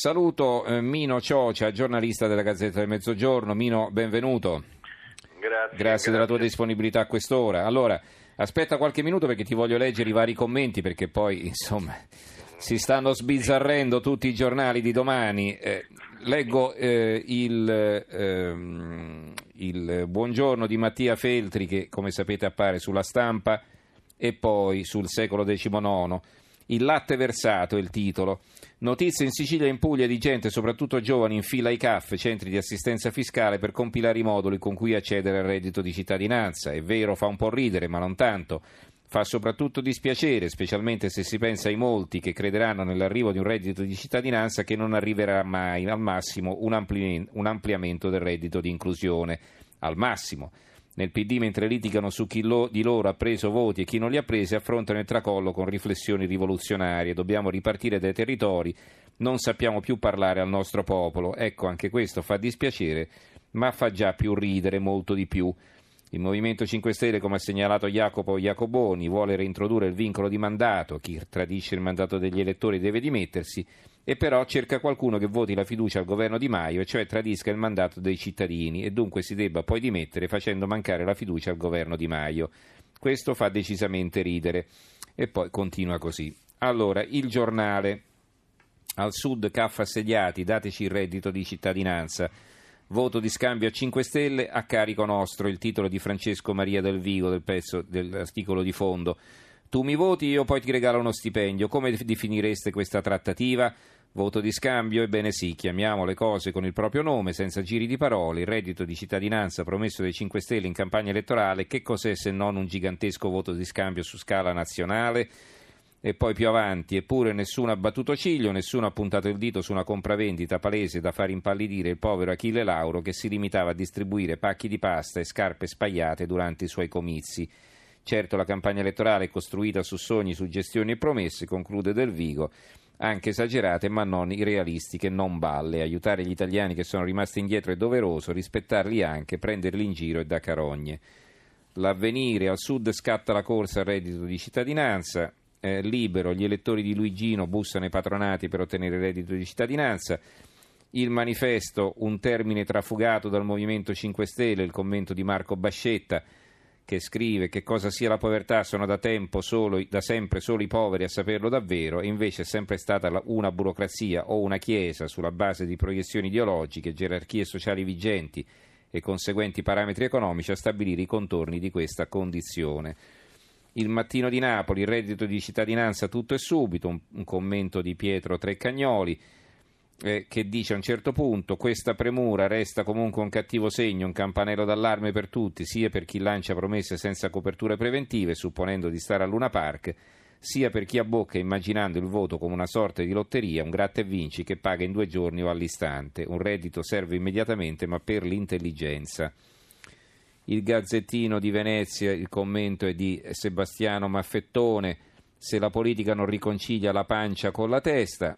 Saluto Mino Ciocia, giornalista della Gazzetta del Mezzogiorno. Mino, benvenuto. Grazie della tua disponibilità a quest'ora. Allora, aspetta qualche minuto perché ti voglio leggere i vari commenti, perché poi, insomma, si stanno sbizzarrendo tutti i giornali di domani. Leggo il buongiorno di Mattia Feltri, che come sapete appare sulla Stampa e poi sul Secolo XIX. Il latte versato è il titolo. Notizie in Sicilia e in Puglia di gente, soprattutto giovani, in fila ai CAF, centri di assistenza fiscale, per compilare i moduli con cui accedere al reddito di cittadinanza. È vero, fa un po' ridere, ma non tanto. Fa soprattutto dispiacere, specialmente se si pensa ai molti che crederanno nell'arrivo di un reddito di cittadinanza che non arriverà mai, al massimo un ampliamento del reddito di inclusione. Al massimo. Nel PD, mentre litigano su chi di loro ha preso voti e chi non li ha presi, affrontano il tracollo con riflessioni rivoluzionarie. Dobbiamo ripartire dai territori, non sappiamo più parlare al nostro popolo. Ecco, anche questo fa dispiacere, ma fa già più ridere, molto di più. Il Movimento 5 Stelle, come ha segnalato Jacopo Iacoboni, vuole reintrodurre il vincolo di mandato. Chi tradisce il mandato degli elettori deve dimettersi, e però cerca qualcuno che voti la fiducia al governo Di Maio, e cioè tradisca il mandato dei cittadini, e dunque si debba poi dimettere facendo mancare la fiducia al governo Di Maio. Questo fa decisamente ridere. E poi continua così. Allora, il Giornale. Al sud CAF assediati, dateci il reddito di cittadinanza. Voto di scambio a 5 Stelle a carico nostro, il titolo di Francesco Maria Del Vigo del pezzo dell'articolo di fondo. Tu mi voti, io poi ti regalo uno stipendio. Come definireste questa trattativa? Voto di scambio? Ebbene sì, chiamiamo le cose con il proprio nome, senza giri di parole. Il reddito di cittadinanza promesso dai 5 Stelle in campagna elettorale, che cos'è se non un gigantesco voto di scambio su scala nazionale? E poi più avanti, eppure nessuno ha battuto ciglio, nessuno ha puntato il dito su una compravendita palese da far impallidire il povero Achille Lauro, che si limitava a distribuire pacchi di pasta e scarpe spagliate durante i suoi comizi. Certo, la campagna elettorale è costruita su sogni, suggestioni e promesse, conclude Del Vigo, anche esagerate ma non irrealistiche, non balle. Aiutare gli italiani che sono rimasti indietro è doveroso, rispettarli anche, prenderli in giro è da carogne. L'Avvenire, al sud scatta la corsa al reddito di cittadinanza. Libero, gli elettori di Luigino bussano ai patronati per ottenere il reddito di cittadinanza. Il Manifesto, un termine trafugato dal Movimento 5 Stelle, il commento di Marco Bascetta, che scrive che cosa sia la povertà sono da sempre solo i poveri a saperlo davvero, e invece è sempre stata una burocrazia o una chiesa sulla base di proiezioni ideologiche, gerarchie sociali vigenti e conseguenti parametri economici a stabilire i contorni di questa condizione. Il Mattino di Napoli, il reddito di cittadinanza tutto e subito, un commento di Pietro Treccagnoli, che dice a un certo punto: questa premura resta comunque un cattivo segno, un campanello d'allarme per tutti, sia per chi lancia promesse senza coperture preventive, supponendo di stare a Luna Park, sia per chi abbocca immaginando il voto come una sorta di lotteria, un gratta e vinci che paga in 2 giorni o all'istante. Un reddito serve immediatamente, ma per l'intelligenza. Il Gazzettino di Venezia, il commento è di Sebastiano Maffettone: se la politica non riconcilia la pancia con la testa.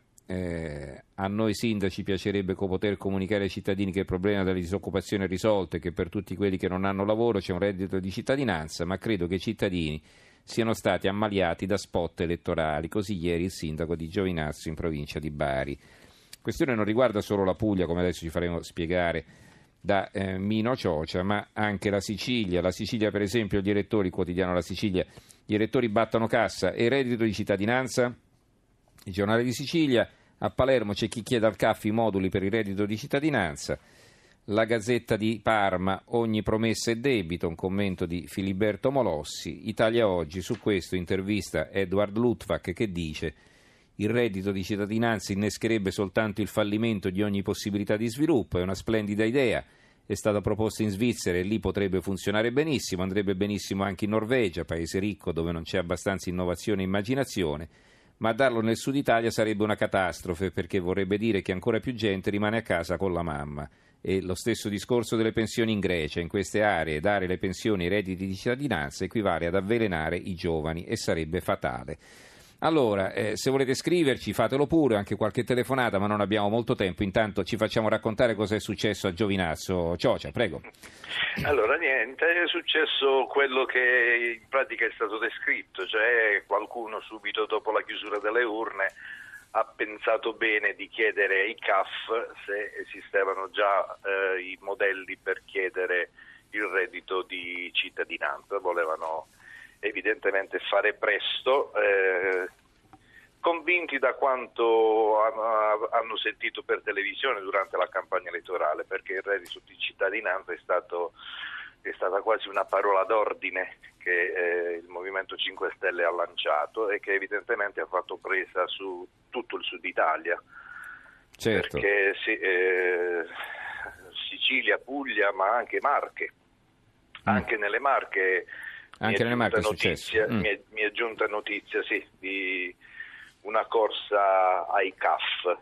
A noi sindaci piacerebbe poter comunicare ai cittadini che il problema della disoccupazione è risolto e che per tutti quelli che non hanno lavoro c'è un reddito di cittadinanza, ma credo che i cittadini siano stati ammaliati da spot elettorali. Così ieri il sindaco di Giovinazzo in provincia di Bari. La questione non riguarda solo la Puglia, come adesso ci faremo spiegare da Mino Ciocia, ma anche la Sicilia. La Sicilia, per esempio, gli elettori, quotidiano La Sicilia, gli elettori battono cassa e reddito di cittadinanza. Il Giornale di Sicilia: a Palermo c'è chi chiede al CAF i moduli per il reddito di cittadinanza. La Gazzetta di Parma: ogni promessa è debito, un commento di Filiberto Molossi. Italia Oggi, su questo intervista Edward Luttwak, che dice: il reddito di cittadinanza innescherebbe soltanto il fallimento di ogni possibilità di sviluppo, è una splendida idea, è stata proposta in Svizzera e lì potrebbe funzionare benissimo, andrebbe benissimo anche in Norvegia, paese ricco dove non c'è abbastanza innovazione e immaginazione, ma darlo nel sud Italia sarebbe una catastrofe, perché vorrebbe dire che ancora più gente rimane a casa con la mamma. E lo stesso discorso delle pensioni in Grecia: in queste aree dare le pensioni e i redditi di cittadinanza equivale ad avvelenare i giovani e sarebbe fatale. Allora, se volete scriverci fatelo pure, anche qualche telefonata, ma non abbiamo molto tempo. Intanto ci facciamo raccontare cosa è successo a Giovinazzo. Ciocia, prego. Allora niente, è successo quello che in pratica è stato descritto, cioè qualcuno subito dopo la chiusura delle urne ha pensato bene di chiedere ai CAF se esistevano già i modelli per chiedere il reddito di cittadinanza. Volevano evidentemente fare presto, convinti da quanto hanno sentito per televisione durante la campagna elettorale, perché il reddito di cittadinanza è stata quasi una parola d'ordine che il Movimento 5 Stelle ha lanciato e che evidentemente ha fatto presa su tutto il Sud Italia. Certo. Perché Sicilia, Puglia, ma anche Marche. Anche nelle Marche anche nelle Marche è successo. Mi è giunta notizia, sì, di una corsa ai CAF.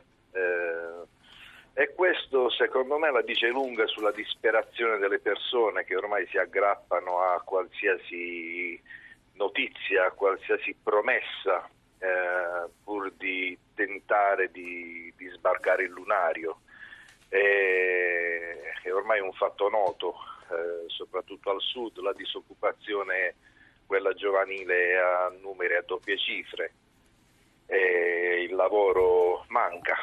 E questo secondo me la dice lunga sulla disperazione delle persone che ormai si aggrappano a qualsiasi notizia, a qualsiasi promessa, pur di tentare di sbarcare il lunario. È ormai un fatto noto, soprattutto al sud, la disoccupazione, quella giovanile, a numeri a doppie cifre. Il lavoro manca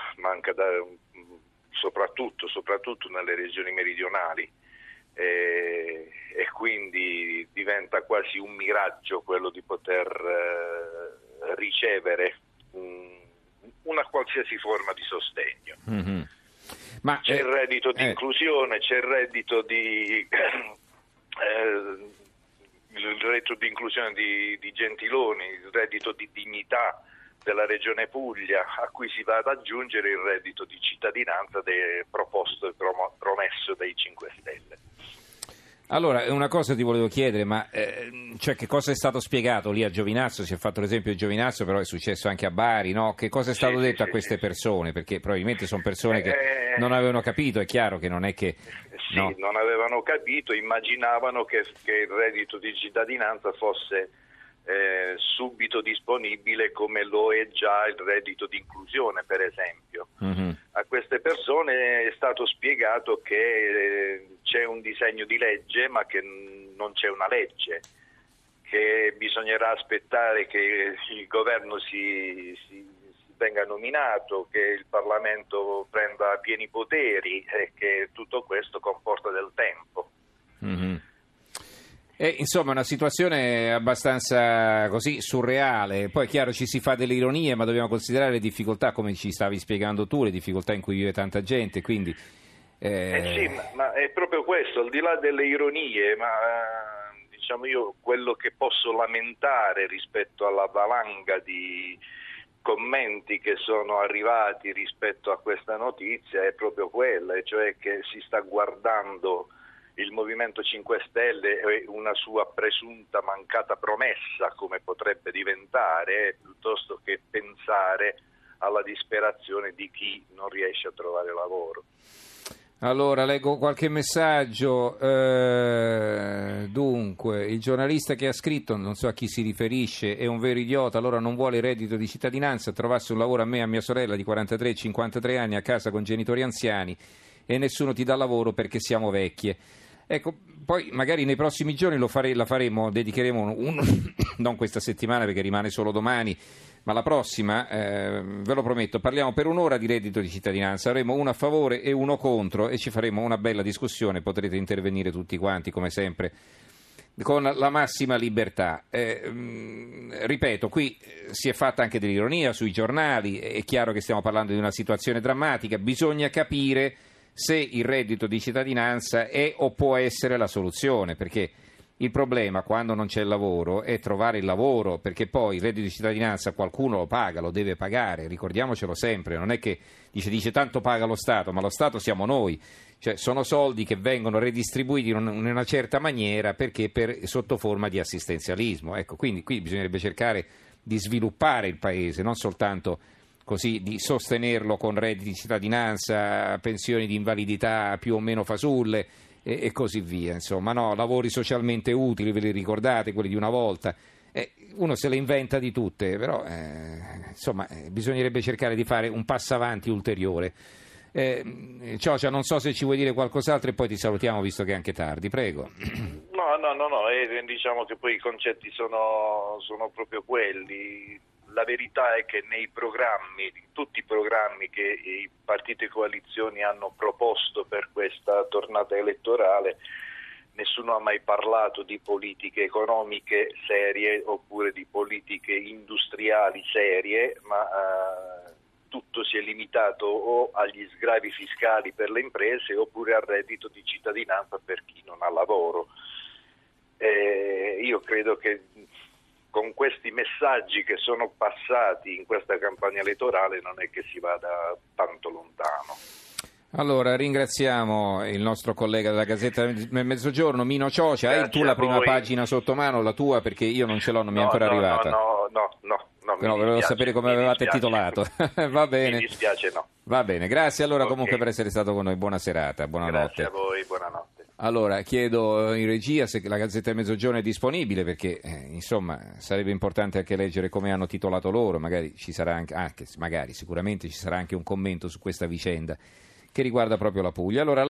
soprattutto nelle regioni meridionali, e quindi diventa quasi un miraggio quello di poter ricevere una qualsiasi forma di sostegno. Mm-hmm. Ma c'è il reddito di inclusione, c'è il reddito di inclusione di Gentiloni, il reddito di dignità della Regione Puglia, a cui si va ad aggiungere il reddito di cittadinanza proposto e promesso dai 5 Stelle. Allora, una cosa ti volevo chiedere, ma cioè che cosa è stato spiegato lì a Giovinazzo? Si è fatto l'esempio di Giovinazzo, però è successo anche a Bari, no? Che cosa è stato detto a queste persone? Perché probabilmente sono persone che non avevano capito, è chiaro che non è che... Sì, no. Non avevano capito, immaginavano che il reddito di cittadinanza fosse subito disponibile come lo è già il reddito di inclusione, per esempio. Mm-hmm. A queste persone è stato spiegato che c'è un disegno di legge ma che non c'è una legge, che bisognerà aspettare che il governo si venga nominato, che il Parlamento prenda pieni poteri e che tutto questo comporta del tempo. Mm-hmm. Insomma, è una situazione abbastanza così surreale. Poi è chiaro, ci si fa delle ironie, ma dobbiamo considerare le difficoltà, come ci stavi spiegando tu, le difficoltà in cui vive tanta gente, quindi... Sì, ma è proprio questo, al di là delle ironie, ma diciamo io quello che posso lamentare rispetto alla valanga di commenti che sono arrivati rispetto a questa notizia è proprio quella, e cioè che si sta guardando il Movimento 5 Stelle e una sua presunta mancata promessa come potrebbe diventare, piuttosto che pensare alla disperazione di chi non riesce a trovare lavoro. Allora, leggo qualche messaggio. Dunque, il giornalista che ha scritto, non so a chi si riferisce, è un vero idiota, allora non vuole il reddito di cittadinanza, trovasse un lavoro a me e a mia sorella di 43-53 anni a casa con genitori anziani e nessuno ti dà lavoro perché siamo vecchie. Ecco, poi magari nei prossimi giorni la faremo, dedicheremo non questa settimana perché rimane solo domani, ma la prossima, ve lo prometto, parliamo per un'ora di reddito di cittadinanza, avremo uno a favore e uno contro e ci faremo una bella discussione, potrete intervenire tutti quanti come sempre con la massima libertà. Ripeto, qui si è fatta anche dell'ironia sui giornali, è chiaro che stiamo parlando di una situazione drammatica, bisogna capire se il reddito di cittadinanza è o può essere la soluzione, perché il problema quando non c'è il lavoro è trovare il lavoro, perché poi il reddito di cittadinanza qualcuno lo paga, lo deve pagare, ricordiamocelo sempre, non è che dice tanto paga lo Stato, ma lo Stato siamo noi, cioè sono soldi che vengono redistribuiti in una certa maniera perché sotto forma di assistenzialismo. Ecco, quindi qui bisognerebbe cercare di sviluppare il paese, non soltanto così di sostenerlo con redditi di cittadinanza, pensioni di invalidità più o meno fasulle e così via, insomma, no, lavori socialmente utili, ve li ricordate, quelli di una volta, uno se le inventa di tutte, però insomma bisognerebbe cercare di fare un passo avanti ulteriore. Ciocia, non so se ci vuoi dire qualcos'altro e poi ti salutiamo visto che è anche tardi, prego. No, diciamo che poi i concetti sono proprio quelli. la verità è che nei programmi, tutti i programmi che i partiti e coalizioni hanno proposto per questa tornata elettorale, nessuno ha mai parlato di politiche economiche serie oppure di politiche industriali serie, ma tutto si è limitato o agli sgravi fiscali per le imprese oppure al reddito di cittadinanza per chi non ha lavoro. Io credo che con questi messaggi che sono passati in questa campagna elettorale non è che si vada tanto lontano. Allora, ringraziamo il nostro collega della Gazzetta del Mezzogiorno, Mino Ciocia. Hai tu la prima pagina sotto mano, la tua, perché io non ce l'ho, non mi è ancora arrivata. No, però volevo sapere come avevate titolato. Va bene. Mi dispiace, no. Va bene, grazie allora comunque per essere stato con noi. Buona serata, buonanotte. Grazie a voi, buonanotte. Allora, chiedo in regia se la Gazzetta del Mezzogiorno è disponibile, perché insomma sarebbe importante anche leggere come hanno titolato loro, magari ci sarà anche sicuramente ci sarà anche un commento su questa vicenda che riguarda proprio la Puglia. Allora,